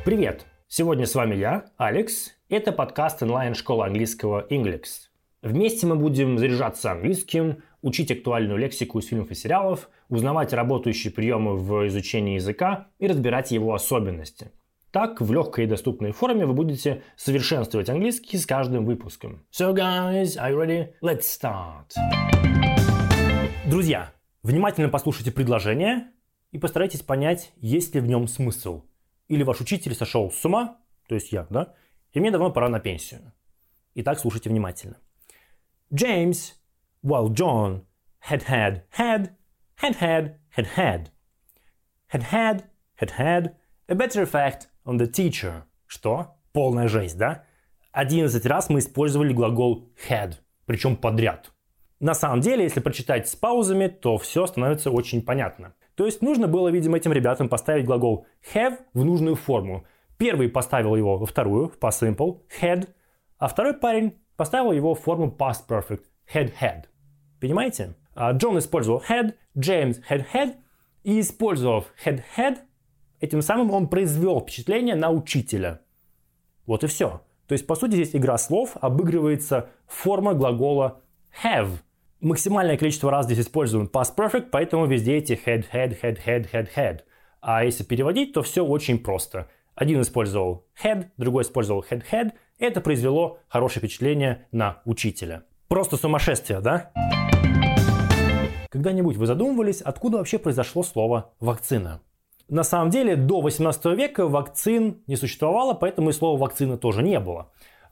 Привет! Сегодня с вами я, Алекс. Это подкаст онлайн-школы английского Englix. Вместе мы будем заряжаться английским, учить актуальную лексику из фильмов и сериалов, узнавать работающие приемы в изучении языка и разбирать его особенности. Так, в легкой и доступной форме вы будете совершенствовать английский с каждым выпуском. So guys, are you ready? Let's start! Друзья, внимательно послушайте предложение и постарайтесь понять, есть ли в нем смысл. Или ваш учитель сошел с ума, то есть я, да? И мне давно пора на пенсию. Итак, слушайте внимательно. James, while John had a better effect on the teacher. Что? Полная жесть, да? 11 раз мы использовали глагол had, причем подряд. На самом деле, если прочитать с паузами, то все становится очень понятно. То есть нужно было, видимо, этим ребятам поставить глагол have в нужную форму. Первый поставил его во вторую, в past simple, had, а второй парень поставил его в форму past perfect, had. Понимаете? Джон использовал had, Джеймс had, и использовав had, этим самым он произвел впечатление на учителя. Вот и все. То есть, по сути, здесь игра слов, обыгрывается форма глагола have. Максимальное количество раз здесь используем past perfect, поэтому везде эти had. А если переводить, то все очень просто. Один использовал had, другой использовал had. Это произвело хорошее впечатление на учителя. Просто сумасшествие, да? Когда-нибудь вы задумывались, откуда вообще произошло слово «вакцина»? На самом деле, до 18 века вакцин не существовало, поэтому и слова «вакцина» тоже не было.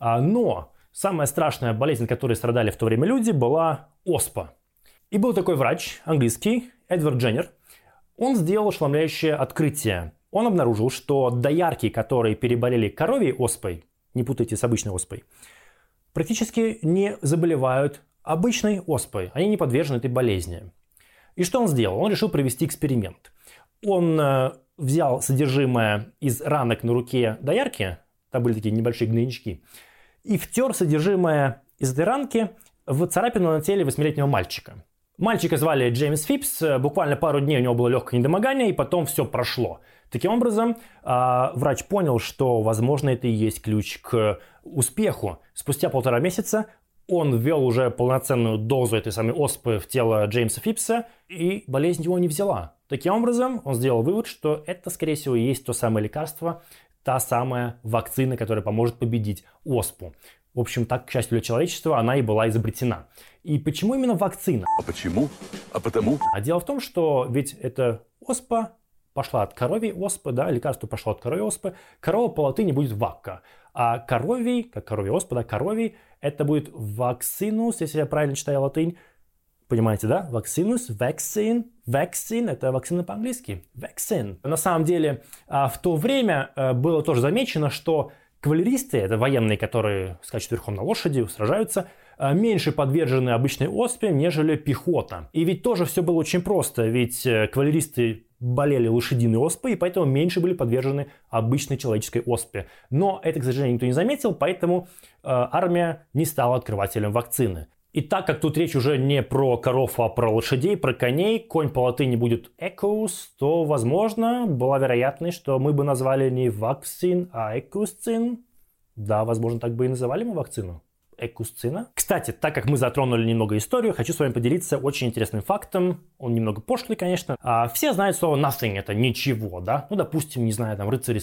Но самая страшная болезнь, которой страдали в то время люди, была оспа. И был такой врач английский, Эдвард Дженнер. Он сделал ошеломляющее открытие. Он обнаружил, что доярки, которые переболели коровьей оспой, не путайте с обычной оспой, практически не заболевают обычной оспой. Они не подвержены этой болезни. И что он сделал? Он решил провести эксперимент. Он взял содержимое из ранок на руке доярки, там были такие небольшие гнойнички, и втер содержимое из этой ранки в царапину на теле 8-летнего мальчика. Мальчика звали Джеймс Фипс, буквально пару дней у него было легкое недомогание, и потом все прошло. Таким образом, врач понял, что, возможно, это и есть ключ к успеху. Спустя 1,5 месяца он ввел уже полноценную дозу этой самой оспы в тело Джеймса Фипса, и болезнь его не взяла. Таким образом, он сделал вывод, что это, скорее всего, и есть то самое лекарство, та самая вакцина, которая поможет победить оспу. В общем, так, к счастью для человечества, она и была изобретена. И почему именно вакцина? А почему? А потому? А дело в том, что ведь эта оспа пошла от коровьей оспы, да, лекарство пошло от коровьей оспы. Корова по латыни будет вакка. А коровий, как коровья оспа, да, коровий, это будет вакцинус, если я правильно читаю латынь. Понимаете, да? Вакцинус, vaccine, vaccine, это вакцина по-английски. Vaccine. На самом деле, в то время было тоже замечено, что кавалеристы, это военные, которые скачут верхом на лошади, сражаются, меньше подвержены обычной оспе, нежели пехота. И ведь тоже все было очень просто, ведь кавалеристы болели лошадиной оспой, и поэтому меньше были подвержены обычной человеческой оспе. Но это, к сожалению, никто не заметил, поэтому армия не стала открывателем вакцины. И так как тут речь уже не про коров, а про лошадей, про коней, конь по латыни будет equus, то, возможно, была вероятность, что мы бы назвали не вакцин, а экусцин. Да, возможно, так бы и называли мы вакцину. Экусцина. Кстати, так как мы затронули немного историю, хочу с вами поделиться очень интересным фактом. Он немного пошлый, конечно. Все знают слово nothing, это ничего, да? Ну, допустим, не знаю, там рыцари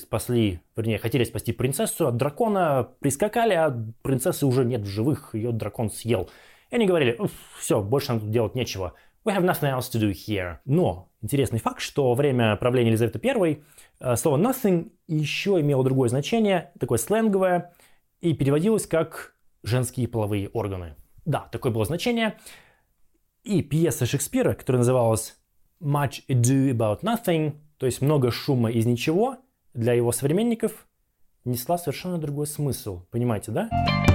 хотели спасти принцессу от дракона, прискакали, а принцессы уже нет в живых, ее дракон съел. И они говорили, все, больше нам тут делать нечего. We have nothing else to do here. Но интересный факт, что во время правления Елизаветы I слово nothing еще имело другое значение, такое сленговое, и переводилось как женские половые органы. Да, такое было значение. И пьеса Шекспира, которая называлась Much Ado About Nothing, то есть много шума из ничего, для его современников несла совершенно другой смысл. Понимаете, да?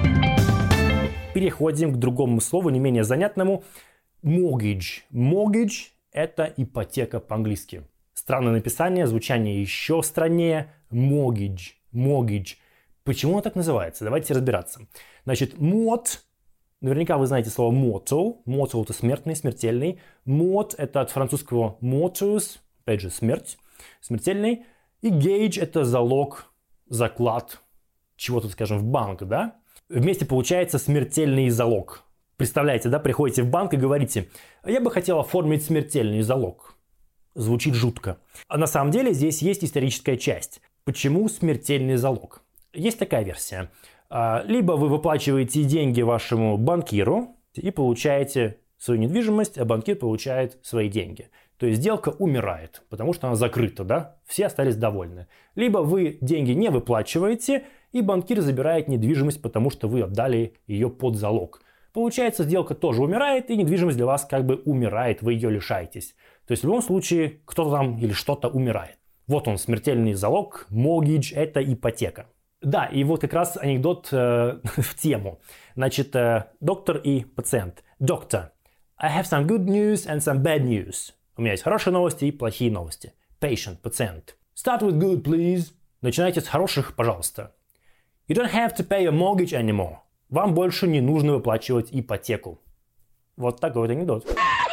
Переходим к другому слову, не менее занятному. Mortgage. Mortgage – это ипотека по-английски. Странное написание, звучание еще страннее. Mortgage. Mortgage. Почему он так называется? Давайте разбираться. Значит, mort, наверняка вы знаете слово mortal. Mortal – это смертный, смертельный. Mort – это от французского mortus, опять же, смерть, смертельный. И gage – это залог заклад чего-то, скажем, в банк, да? Вместе получается смертельный залог. Представляете, да, приходите в банк и говорите: я бы хотел оформить смертельный залог. Звучит жутко. А на самом деле здесь есть историческая часть. Почему смертельный залог? Есть такая версия. Либо вы выплачиваете деньги вашему банкиру и получаете свою недвижимость, а банкир получает свои деньги. То есть сделка умирает, потому что она закрыта, да? Все остались довольны. Либо вы деньги не выплачиваете, и банкир забирает недвижимость, потому что вы отдали ее под залог. Получается, сделка тоже умирает, и недвижимость для вас как бы умирает, вы ее лишаетесь. То есть в любом случае кто-то там или что-то умирает. Вот он, смертельный залог, mortgage – это ипотека. Да, и вот как раз анекдот в тему. Значит, доктор и пациент. Доктор, I have some good news and some bad news. У меня есть хорошие новости и плохие новости. Patient, пациент. Start with good, please. Начинайте с хороших, пожалуйста. You don't have to pay your mortgage anymore. Вам больше не нужно выплачивать ипотеку. Вот такой вот анекдот.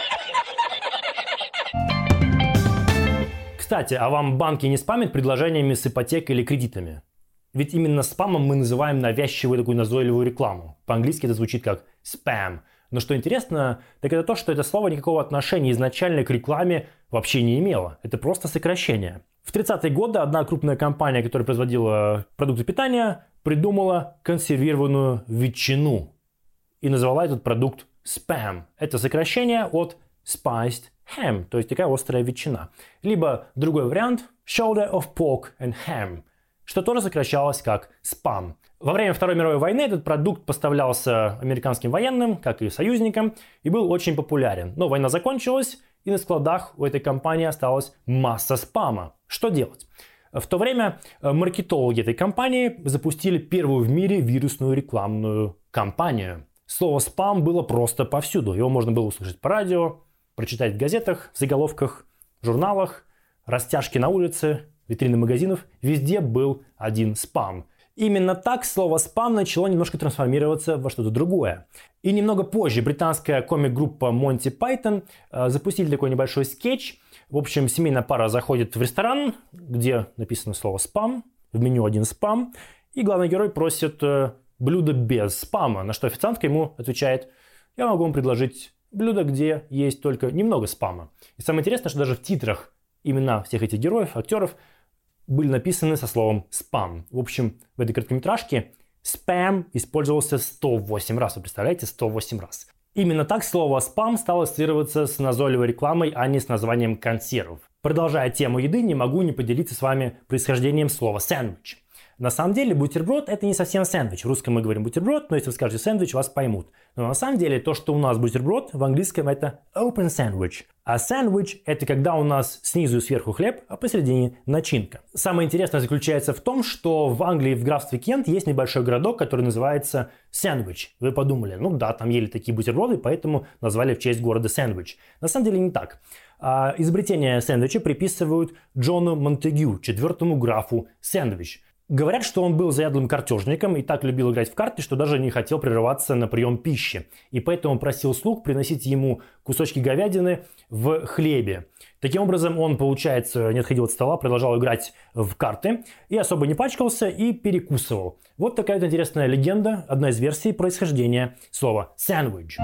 Кстати, а вам банки не спамят предложениями с ипотекой или кредитами? Ведь именно спамом мы называем навязчивую такую назойливую рекламу. По-английски это звучит как spam. Но что интересно, так это то, что это слово никакого отношения изначально к рекламе вообще не имело. Это просто сокращение. В 30-е годы одна крупная компания, которая производила продукты питания, придумала консервированную ветчину и назвала этот продукт spam. Это сокращение от spiced ham, то есть такая острая ветчина. Либо другой вариант shoulder of pork and ham, что тоже сокращалось как спам. Во время Второй мировой войны этот продукт поставлялся американским военным, как и союзникам, и был очень популярен. Но война закончилась, и на складах у этой компании осталась масса спама. Что делать? В то время маркетологи этой компании запустили первую в мире вирусную рекламную кампанию. Слово «спам» было просто повсюду. Его можно было услышать по радио, прочитать в газетах, в заголовках, в журналах, растяжки на улице, витрины магазинов. Везде был один спам. Именно так слово «спам» начало немножко трансформироваться во что-то другое. И немного позже британская комик-группа Monty Python запустили такой небольшой скетч. В общем, семейная пара заходит в ресторан, где написано слово «спам», в меню один спам, и главный герой просит блюдо без спама, на что официантка ему отвечает: я могу вам предложить блюдо, где есть только немного спама. И самое интересное, что даже в титрах имена всех этих героев, актеров, были написаны со словом «спам». В общем, в этой короткометражке «спам» использовался 108 раз. Вы представляете? 108 раз. Именно так слово «спам» стало ассоциироваться с назойливой рекламой, а не с названием консервов. Продолжая тему еды, не могу не поделиться с вами происхождением слова «сэндвич». На самом деле бутерброд – это не совсем сэндвич. В русском мы говорим бутерброд, но если вы скажете сэндвич, вас поймут. Но на самом деле то, что у нас бутерброд, в английском это open sandwich. А сэндвич – это когда у нас снизу и сверху хлеб, а посередине начинка. Самое интересное заключается в том, что в Англии, в графстве Кент, есть небольшой городок, который называется Сэндвич. Вы подумали, ну да, там ели такие бутерброды, поэтому назвали в честь города Сэндвич. На самом деле не так. Изобретение сэндвича приписывают Джону Монтегю, 4-му графу Сэндвич. Говорят, что он был заядлым картежником и так любил играть в карты, что даже не хотел прерываться на прием пищи. И поэтому просил слуг приносить ему кусочки говядины в хлебе. Таким образом, он, получается, не отходил от стола, продолжал играть в карты и особо не пачкался и перекусывал. Вот такая вот интересная легенда, одна из версий происхождения слова «сэндвич».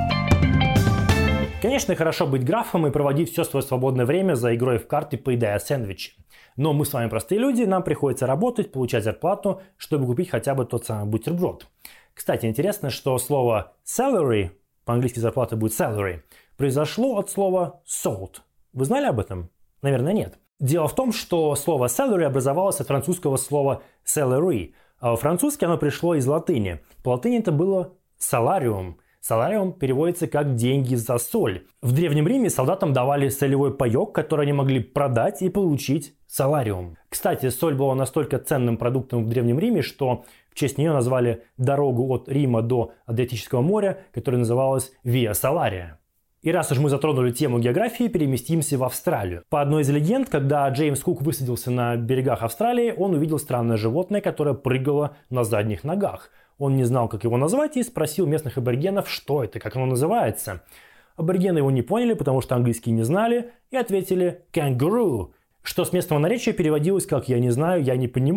Конечно, хорошо быть графом и проводить все свое свободное время за игрой в карты, поедая сэндвичи. Но мы с вами простые люди, нам приходится работать, получать зарплату, чтобы купить хотя бы тот самый бутерброд. Кстати, интересно, что слово salary, по-английски зарплата будет salary, произошло от слова salt. Вы знали об этом? Наверное, нет. Дело в том, что слово salary образовалось от французского слова salary, а во-французски оно пришло из латыни. По латыни это было salarium. Салариум переводится как «деньги за соль». В Древнем Риме солдатам давали солевой паёк, который они могли продать и получить салариум. Кстати, соль была настолько ценным продуктом в Древнем Риме, что в честь нее назвали дорогу от Рима до Адриатического моря, которая называлась Via Salaria. И раз уж мы затронули тему географии, переместимся в Австралию. По одной из легенд, когда Джеймс Кук высадился на берегах Австралии, он увидел странное животное, которое прыгало на задних ногах. Он не знал, как его назвать, и спросил местных аборигенов, что это, как оно называется. Аборигены его не поняли, потому что английский не знали, и ответили «kangaroo», что с местного наречия переводилось как «я не знаю, я не понимаю».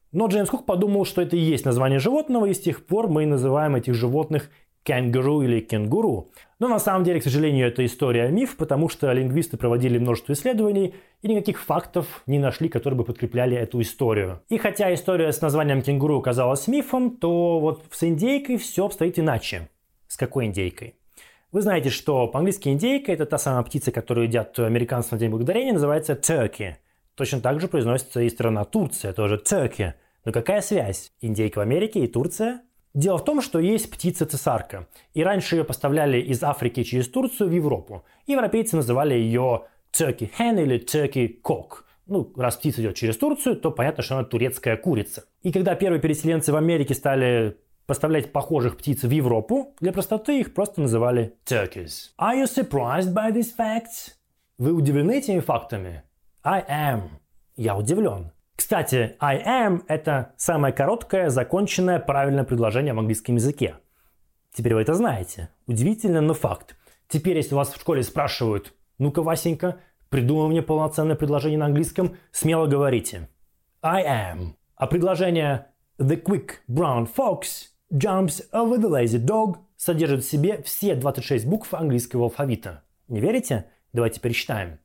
Но Джеймс Кук подумал, что это и есть название животного, и с тех пор мы называем этих животных кенгуру или кенгуру. Но на самом деле, к сожалению, это история миф, потому что лингвисты проводили множество исследований и никаких фактов не нашли, которые бы подкрепляли эту историю. И хотя история с названием кенгуру казалась мифом, то вот с индейкой все обстоит иначе. С какой индейкой? Вы знаете, что по-английски индейка – это та самая птица, которую едят американцы на День Благодарения, называется turkey. Точно так же произносится и страна Турция, тоже turkey. Но какая связь? Индейка в Америке и Турция? Дело в том, что есть птица-цесарка. И раньше ее поставляли из Африки через Турцию в Европу. Европейцы называли ее turkey hen или turkey cock. Ну, раз птица идет через Турцию, то понятно, что она турецкая курица. И когда первые переселенцы в Америке стали поставлять похожих птиц в Европу, для простоты их просто называли turkeys. Are you surprised by these facts? Вы удивлены этими фактами? I am. Я удивлен. Кстати, I am – это самое короткое, законченное, правильное предложение в английском языке. Теперь вы это знаете. Удивительно, но факт. Теперь, если вас в школе спрашивают, ну-ка, Васенька, придумай мне полноценное предложение на английском, смело говорите. I am. А предложение The quick brown fox jumps over the lazy dog содержит в себе все 26 букв английского алфавита. Не верите? Давайте пересчитаем.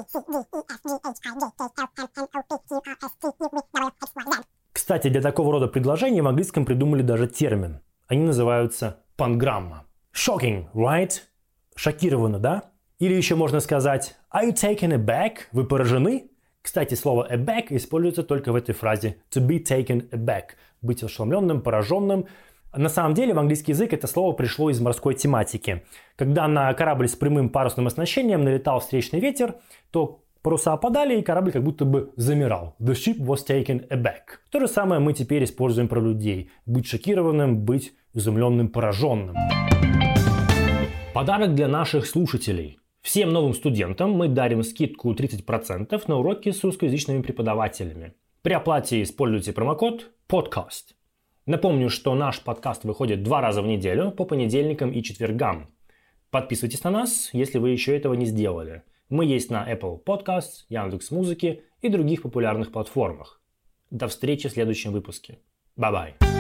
Кстати, для такого рода предложений в английском придумали даже термин. Они называются панграмма. Shocking, right? Шокировано, да? Или еще можно сказать Are you taken aback? Вы поражены? Кстати, слово aback используется только в этой фразе to be taken aback. Быть ошеломленным, пораженным. На самом деле в английский язык это слово пришло из морской тематики. Когда на корабль с прямым парусным оснащением налетал встречный ветер, то паруса опадали, и корабль как будто бы замирал. The ship was taken aback. То же самое мы теперь используем про людей. Быть шокированным, быть изумленным, пораженным. Подарок для наших слушателей. Всем новым студентам мы дарим скидку 30% на уроки с русскоязычными преподавателями. При оплате используйте промокод PODCAST. Напомню, что наш подкаст выходит 2 раза в неделю по понедельникам и четвергам. Подписывайтесь на нас, если вы еще этого не сделали. Мы есть на Apple Podcasts, Яндекс.Музыке и других популярных платформах. До встречи в следующем выпуске. Bye-bye.